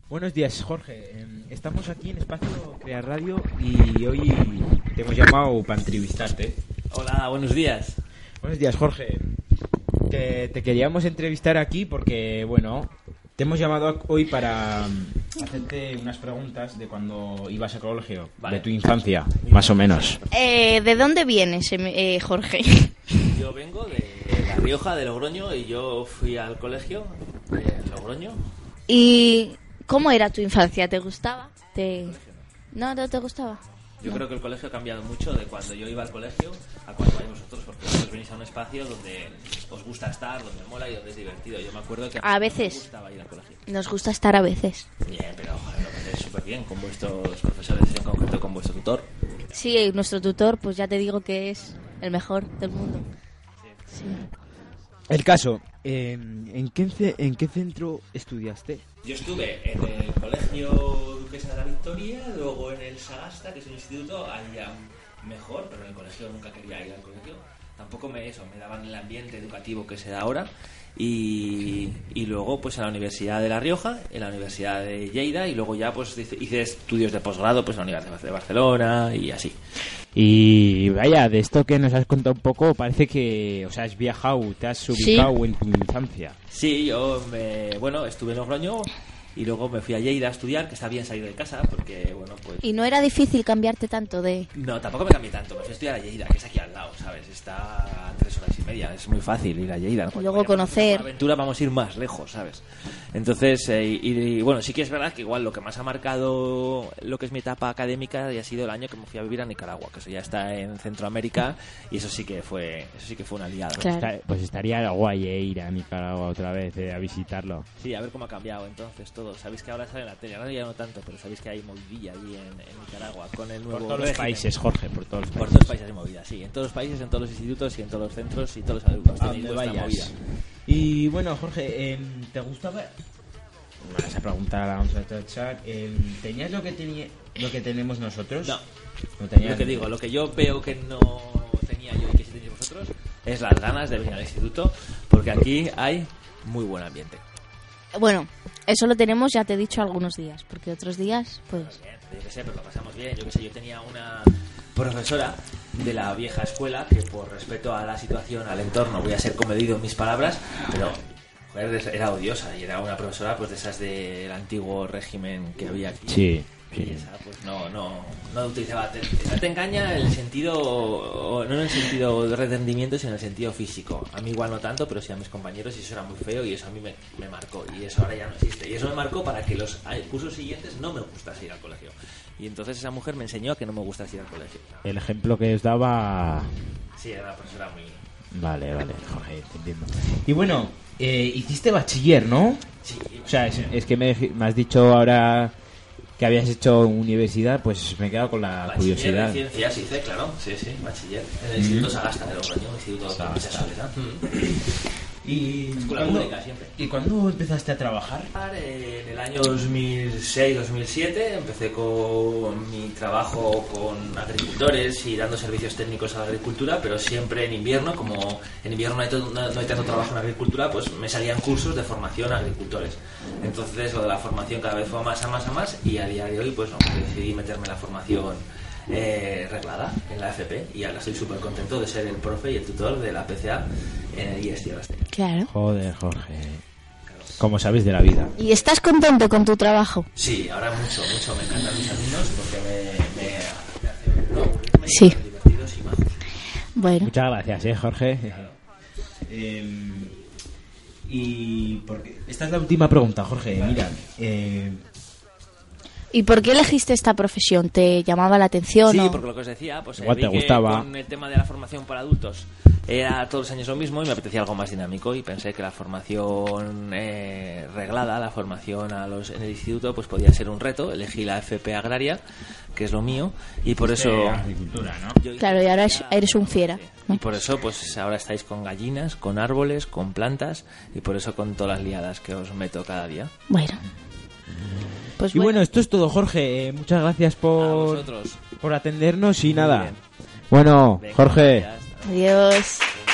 Buenos días, Jorge. Estamos aquí en Espacio Crear Radio y hoy te hemos llamado para entrevistarte. Hola, buenos días. Buenos días, Jorge. Te queríamos entrevistar aquí porque, bueno, te hemos llamado hoy para hacerte unas preguntas de cuando ibas al colegio, Vale. de tu infancia, más o menos. ¿De dónde vienes, Jorge? Yo vengo de La Rioja, de Logroño, y yo fui al colegio de Logroño. ¿Y cómo era tu infancia? ¿Te gustaba? No te gustaba. Yo creo que el colegio ha cambiado mucho de cuando yo iba al colegio a cuando vais vosotros, porque vosotros venís a un espacio donde os gusta estar, donde mola y donde es divertido. Yo me acuerdo que A veces. me gustaba ir al colegio. Nos gusta estar a veces. Bien, pero joder, lo hacéis súper bien con vuestros profesores, en concreto con vuestro tutor. Sí, nuestro tutor, pues ya te digo que es el mejor del mundo. Sí. El caso, ¿en qué centro estudiaste? Yo estuve en el colegio Duquesa de la Victoria, luego en el Sagasta, que es un instituto, ahí ya mejor, pero en el colegio nunca quería ir al colegio. Tampoco me daban el ambiente educativo que se da ahora. Y luego pues en la Universidad de La Rioja, en la Universidad de Lleida, y luego ya pues hice estudios de posgrado pues en la Universidad de Barcelona y así. Y vaya, de esto que nos has contado un poco, parece que, o sea, has viajado, te has ubicado en tu infancia. Sí, yo estuve en Logroño y luego me fui a Lleida a estudiar, que está bien salir de casa, porque bueno, pues... ¿Y no era difícil cambiarte tanto de...? No, tampoco me cambié tanto, me fui a estudiar a Lleida, que es aquí al lado, ¿sabes? Está a 3 horas y media, es muy fácil ir a Lleida. Y luego conocer... Por aventura vamos a ir más lejos, ¿sabes? Entonces, bueno, sí que es verdad que igual lo que más ha marcado lo que es mi etapa académica ya ha sido el año que me fui a vivir a Nicaragua, que eso ya está en Centroamérica, y eso sí que fue una liada. Claro. Pues estaría guay ir a Nicaragua otra vez, a visitarlo. Sí, a ver cómo ha cambiado entonces todo. Sabéis que ahora sale en la tele, ahora ya no tanto, pero sabéis que hay movidilla allí en Nicaragua con el nuevo Por todos los régimen. países, Jorge, por todos los Por países. todos los países hay movida, sí. En todos los países, en todos los institutos y en todos los centros y todos los alumnos. A Tenéis donde vuestra vayas. movida. Y bueno, Jorge, ¿te gustaba? Bueno, esa pregunta la vamos a tachar. ¿Tenías lo que tenemos nosotros? No. No tenías. Lo que digo, lo que yo veo que no tenía yo y que sí tenéis vosotros es las ganas de venir al instituto, porque aquí hay muy buen ambiente. Bueno, eso lo tenemos, ya te he dicho, algunos días, porque otros días, pues... Yo qué sé, pero lo pasamos bien. Yo qué sé, yo tenía una profesora de la vieja escuela que por respeto a la situación, al entorno, voy a ser comedido en mis palabras, pero joder, era odiosa y era una profesora pues de esas del antiguo régimen que había aquí. Sí. Y esa pues no utilizaba te engaña en el sentido, no en el sentido de rendimiento, sino en el sentido físico. A mí igual no tanto, pero sí a mis compañeros, y eso era muy feo y eso a mí me marcó, y eso ahora ya no existe, y eso me marcó para que los cursos siguientes no me gustase ir al colegio, y entonces esa mujer me enseñó a que no me gustase ir al colegio. El ejemplo que os daba... Sí, era una profesora muy... Vale, Jorge, te entiendo. Y bueno, hiciste bachiller, ¿no? Sí. O sea, es que me has dicho ahora que habías hecho universidad, pues me he quedado con la curiosidad. Bachiller en ciencias hice, claro, sí, bachiller en el Instituto Sagasta de Logroño, Instituto de Princesa Soledad. ¿Y Escuela pública siempre. ¿Y cuándo empezaste a trabajar? En el año 2006-2007 empecé con mi trabajo con agricultores y dando servicios técnicos a la agricultura, pero siempre en invierno, como en invierno no hay tanto trabajo en agricultura, pues me salían cursos de formación a agricultores. Entonces lo de la formación cada vez fue más a más, y a día de hoy pues decidí meterme en la formación reglada en la FP, y ahora estoy súper contento de ser el profe y el tutor de la PCA en el IES Tierras Técnicas. Claro. Joder, Jorge. ¿Cómo sabes de la vida? ¿Y estás contento con tu trabajo? Sí, ahora mucho. Me encantan mis alumnos porque me hacen no aburrirme, Sí. y son divertidos y majos. Bueno, Muchas gracias, Jorge. Claro. Y porque esta es la última pregunta, Jorge. Mira, ¿y por qué elegiste esta profesión? ¿Te llamaba la atención? Sí, o...? porque lo que os decía, pues Igual vi te que gustaba. con el tema de la formación para adultos era todos los años lo mismo y me apetecía algo más dinámico, y pensé que la formación reglada, la formación en el instituto, pues podía ser un reto. Elegí la FP agraria, que es lo mío, y por eso... agricultura, ¿no? Claro, y ahora eres un fiera, ¿no? Y por eso pues ahora estáis con gallinas, con árboles, con plantas, y por eso con todas las liadas que os meto cada día. Bueno. Pues Y bueno, esto es todo, Jorge. Muchas gracias A por vosotros. atendernos y Muy nada. bien. Bueno, Venga, Jorge. gracias. Adiós.